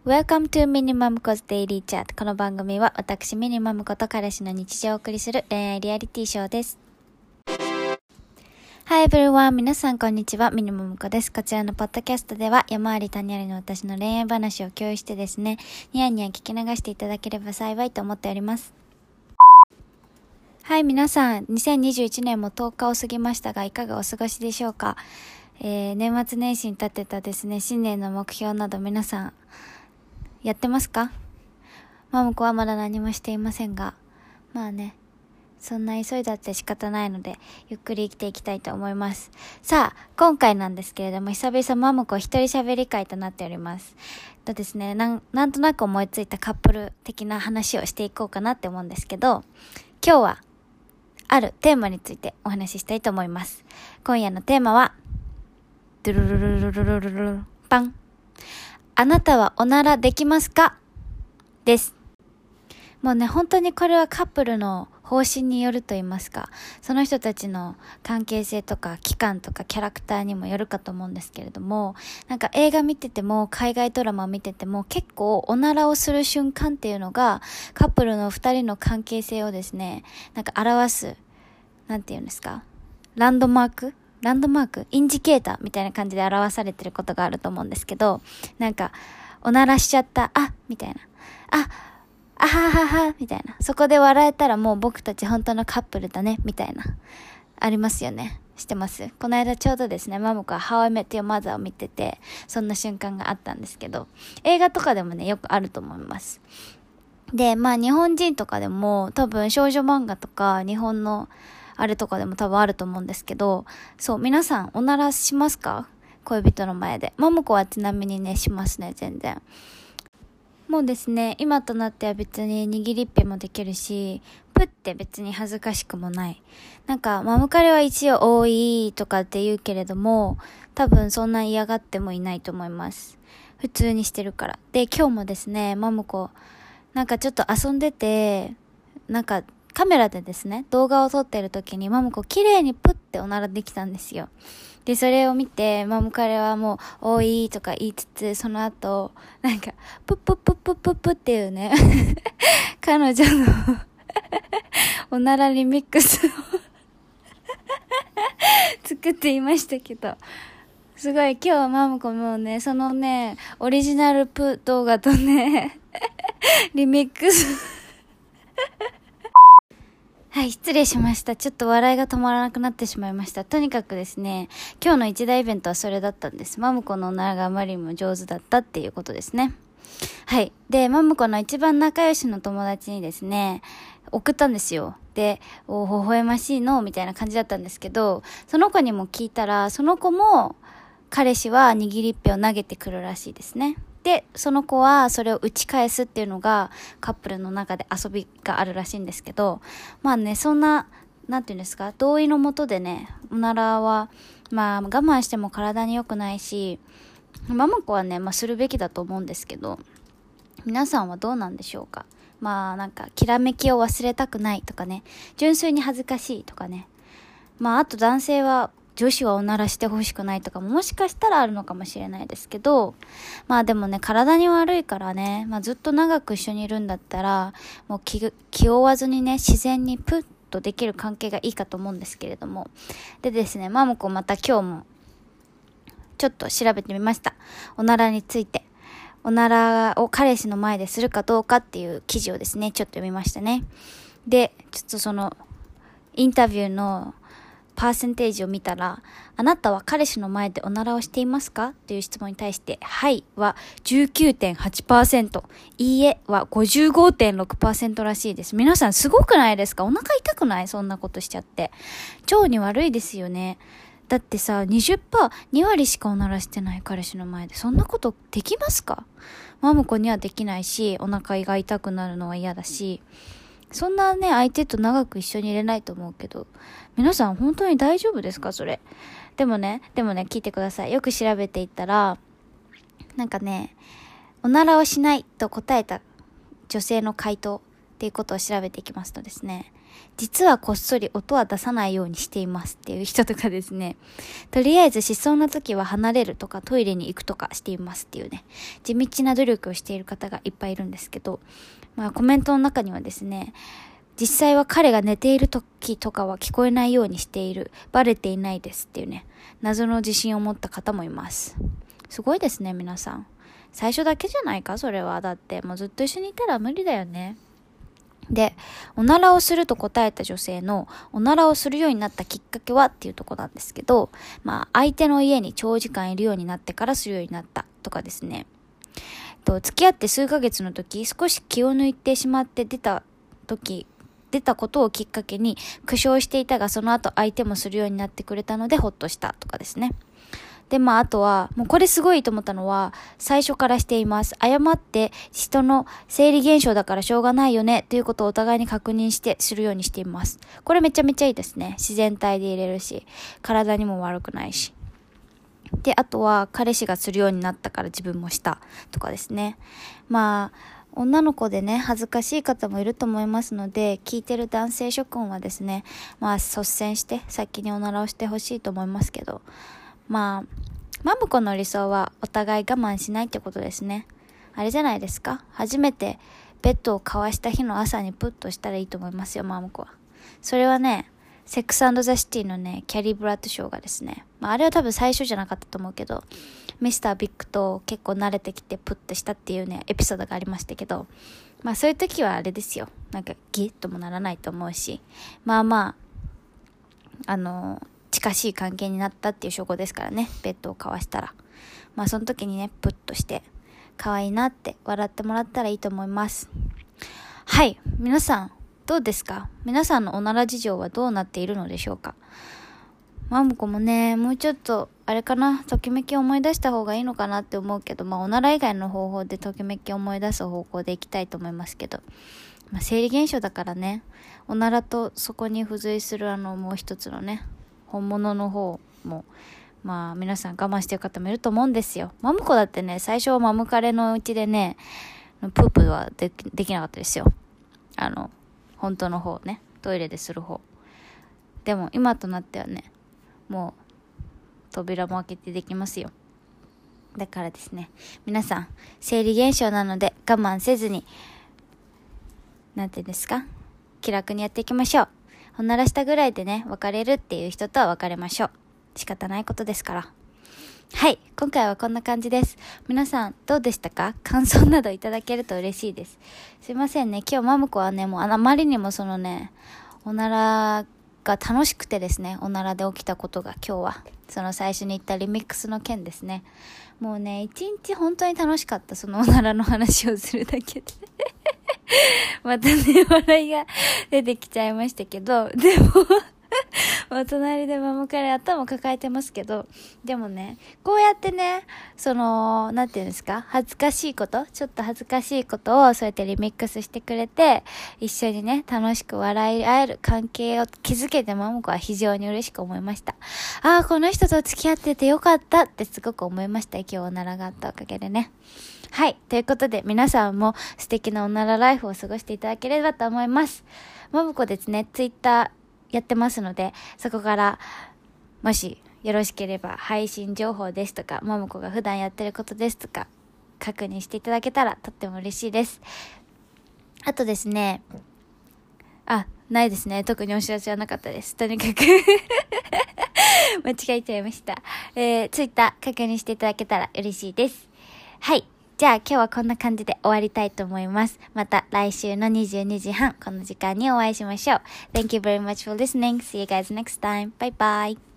Welcome to ミニマムコズデイリーチャート。この番組は私ミニマムコと彼氏の日常をお送りする恋愛リアリティショーです。Hi everyone! 皆さんこんにちは。ミニマムコです。こちらのポッドキャストでは山あり谷ありの私の恋愛話を共有してですね、ニヤニヤ聞き流していただければ幸いと思っております。はい、皆さん、2021年も10日を過ぎましたが、いかがお過ごしでしょうか。年末年始に立てたですね、新年の目標など皆さん、やってますか？マムコはまだ何もしていませんが、まあね、そんな急いだって仕方ないので、ゆっくり生きていきたいと思います。さあ、今回なんですけれども、久々マムコ一人喋り会となっております。とですね、なんとなく思いついたカップル的な話をしていこうかなって思うんですけど、今日は、あるテーマについてお話ししたいと思います。今夜のテーマは、ドゥルルルルルルルルルパン。あなたはおならできますか？です。もうね、本当にこれはカップルの方針によると言いますか、その人たちの関係性とか期間とかキャラクターにもよるかと思うんですけれども、なんか映画見てても海外ドラマ見てても結構おならをする瞬間っていうのがカップルの二人の関係性をですね、なんか表す、なんていうんですか、ランドマークインジケーターみたいな感じで表されてることがあると思うんですけど、なんか、おならしちゃった、みたいな。あははは、みたいな。そこで笑えたらもう僕たち本当のカップルだね、みたいな。ありますよね。知ってます？この間ちょうどですね、マムコはHow I Met Your Motherを見てて、そんな瞬間があったんですけど、映画とかでもね、よくあると思います。で、まあ日本人とかでも多分少女漫画とか日本のあれとかでも多分あると思うんですけど、そう、皆さんおならしますか？恋人の前で。マムコはちなみにね、しますね、全然。もうですね、今となっては別に握りっぺもできるし、プって別に恥ずかしくもない。なんか、マムカレは一応多いとかって言うけれども、多分そんな嫌がってもいないと思います。普通にしてるから。で、今日もですね、マムコ、なんかちょっと遊んでて、なんかカメラでですね、動画を撮ってる時にマムコ綺麗にプッておならできたんですよ。で、それを見て、マムカレはもう、おいとか言いつつ、その後、なんか、プップップップップップっていうね、彼女のおならリミックスを作っていましたけど、すごい今日はマムコもね、そのね、オリジナルプ動画とね、リミックスはい、失礼しました。ちょっと笑いが止まらなくなってしまいました。とにかくですね、今日の一大イベントはそれだったんです。マムコのおならがあまりにも上手だったっていうことですね。はい。で、マムコの一番仲良しの友達にですね、送ったんですよ。で、微笑ましいのみたいな感じだったんですけど、その子にも聞いたら、その子も彼氏は握りっぺを投げてくるらしいですね。で、その子はそれを打ち返すっていうのがカップルの中で遊びがあるらしいんですけど、まあね、そんな、なんていうんですか、同意のもとでね、おならは、まあ我慢しても体に良くないし、ママ子はね、まあするべきだと思うんですけど、皆さんはどうなんでしょうか。まあなんか、きらめきを忘れたくないとかね、純粋に恥ずかしいとかね。まああと男性は、女子はおならしてほしくないとかももしかしたらあるのかもしれないですけど、まあでもね、体に悪いからね、まあずっと長く一緒にいるんだったら、もう気負わずにね、自然にプッとできる関係がいいかと思うんですけれども。でですね、マムコまた今日もちょっと調べてみました。おならについて。おならを彼氏の前でするかどうかっていう記事をですね、ちょっと読みましたね。で、ちょっとその、インタビューのパーセンテージを見たら、あなたは彼氏の前でおならをしていますかという質問に対して、はいは 19.8%、いいえは 55.6% らしいです。皆さんすごくないですか？お腹痛くない？そんなことしちゃって。腸に悪いですよね。だってさ、20%、2割しかおならしてない彼氏の前で、そんなことできますか？マムコにはできないし、お腹が痛くなるのは嫌だし、そんなね、相手と長く一緒にいれないと思うけど、皆さん本当に大丈夫ですかそれ。でもね、聞いてください。よく調べていったら、なんかね、おならをしないと答えた女性の回答っていうことを調べていきますとですね、 実はこっそり音は出さないようにしていますっていう人とかですね、とりあえずしそうな時は離れるとかトイレに行くとかしていますっていうね、地道な努力をしている方がいっぱいいるんですけど、コメントの中にはですね、実際は彼が寝ている時とかは聞こえないようにしている、バレていないですっていうね、謎の自信を持った方もいます。すごいですね、皆さん。最初だけじゃないか、それは。だってもうずっと一緒にいたら無理だよね。で、おならをすると答えた女性のおならをするようになったきっかけはっていうところなんですけど、相手の家に長時間いるようになってからするようになったとかですね。付き合って数ヶ月の時、少し気を抜いてしまって出たことをきっかけに苦笑していたが、その後相手もするようになってくれたのでほっとしたとかですね。で、あとは、もうこれすごいと思ったのは、最初からしています。誤って人の生理現象だからしょうがないよね、ということをお互いに確認してするようにしています。これめちゃめちゃいいですね。自然体で入れるし、体にも悪くないし。で、あとは、彼氏がするようになったから自分もしたとかですね。女の子でね、恥ずかしい方もいると思いますので、聞いてる男性諸君はですね、率先して先におならをしてほしいと思いますけど、マムコの理想はお互い我慢しないってことですね。あれじゃないですか。初めてベッドを交わした日の朝にプッとしたらいいと思いますよ、マムコは。それはね、セックス&ザ・シティのね、キャリー・ブラッドショーがですね、あれは多分最初じゃなかったと思うけど、ミスター・ビッグと結構慣れてきてプッとしたっていうね、エピソードがありましたけど、そういう時はあれですよ。なんかギッともならないと思うし、近しい関係になったっていう証拠ですからね、ベッドを交わしたら。その時にね、プッとして可愛いなって笑ってもらったらいいと思います。はい、皆さんどうですか？皆さんのおなら事情はどうなっているのでしょうか？マムコもね、もうちょっとあれかな、ときめきを思い出した方がいいのかなって思うけど、おなら以外の方法でときめきを思い出す方向でいきたいと思いますけど、生理現象だからね、おならとそこに付随するもう一つのね、本物の方も皆さん我慢してる方もいると思うんですよ。マムコだってね、最初はマムカレのうちでね、プープはできなかったですよ。本当の方ね、トイレでする方。でも今となってはね、もう扉も開けてできますよ。だからですね、皆さん生理現象なので我慢せずに、なんていうんですか、気楽にやっていきましょう。おならしたぐらいでね、別れるっていう人とは別れましょう。仕方ないことですから。はい、今回はこんな感じです。皆さんどうでしたか？感想などいただけると嬉しいです。すいませんね、今日マムコはね、もうあまりにもそのね、おならが楽しくてですね、おならで起きたことが今日は、その最初に言ったリミックスの件ですね。もうね、一日本当に楽しかった、そのおならの話をするだけで。またね、笑いが出てきちゃいましたけど、でも、隣でマムカレ頭抱えてますけど、でもね、こうやってね、なんていうんですか、ちょっと恥ずかしいことをそうやってリミックスしてくれて、一緒にね、楽しく笑い合える関係を築けてマムコは非常に嬉しく思いました。この人と付き合っててよかったってすごく思いました。今日おならがあったおかげでね。はい。ということで、皆さんも素敵なおならライフを過ごしていただければと思います。マムコですね、ツイッターやってますので、そこから、もしよろしければ配信情報ですとか、マムコが普段やってることですとか、確認していただけたらとっても嬉しいです。あとですね、ないですね。特にお知らせはなかったです。とにかく間違えちゃいました。ツイッター確認していただけたら嬉しいです。はい。じゃあ今日はこんな感じで終わりたいと思います。また来週の22時半、この時間にお会いしましょう。Thank you very much for listening. See you guys next time. Bye bye.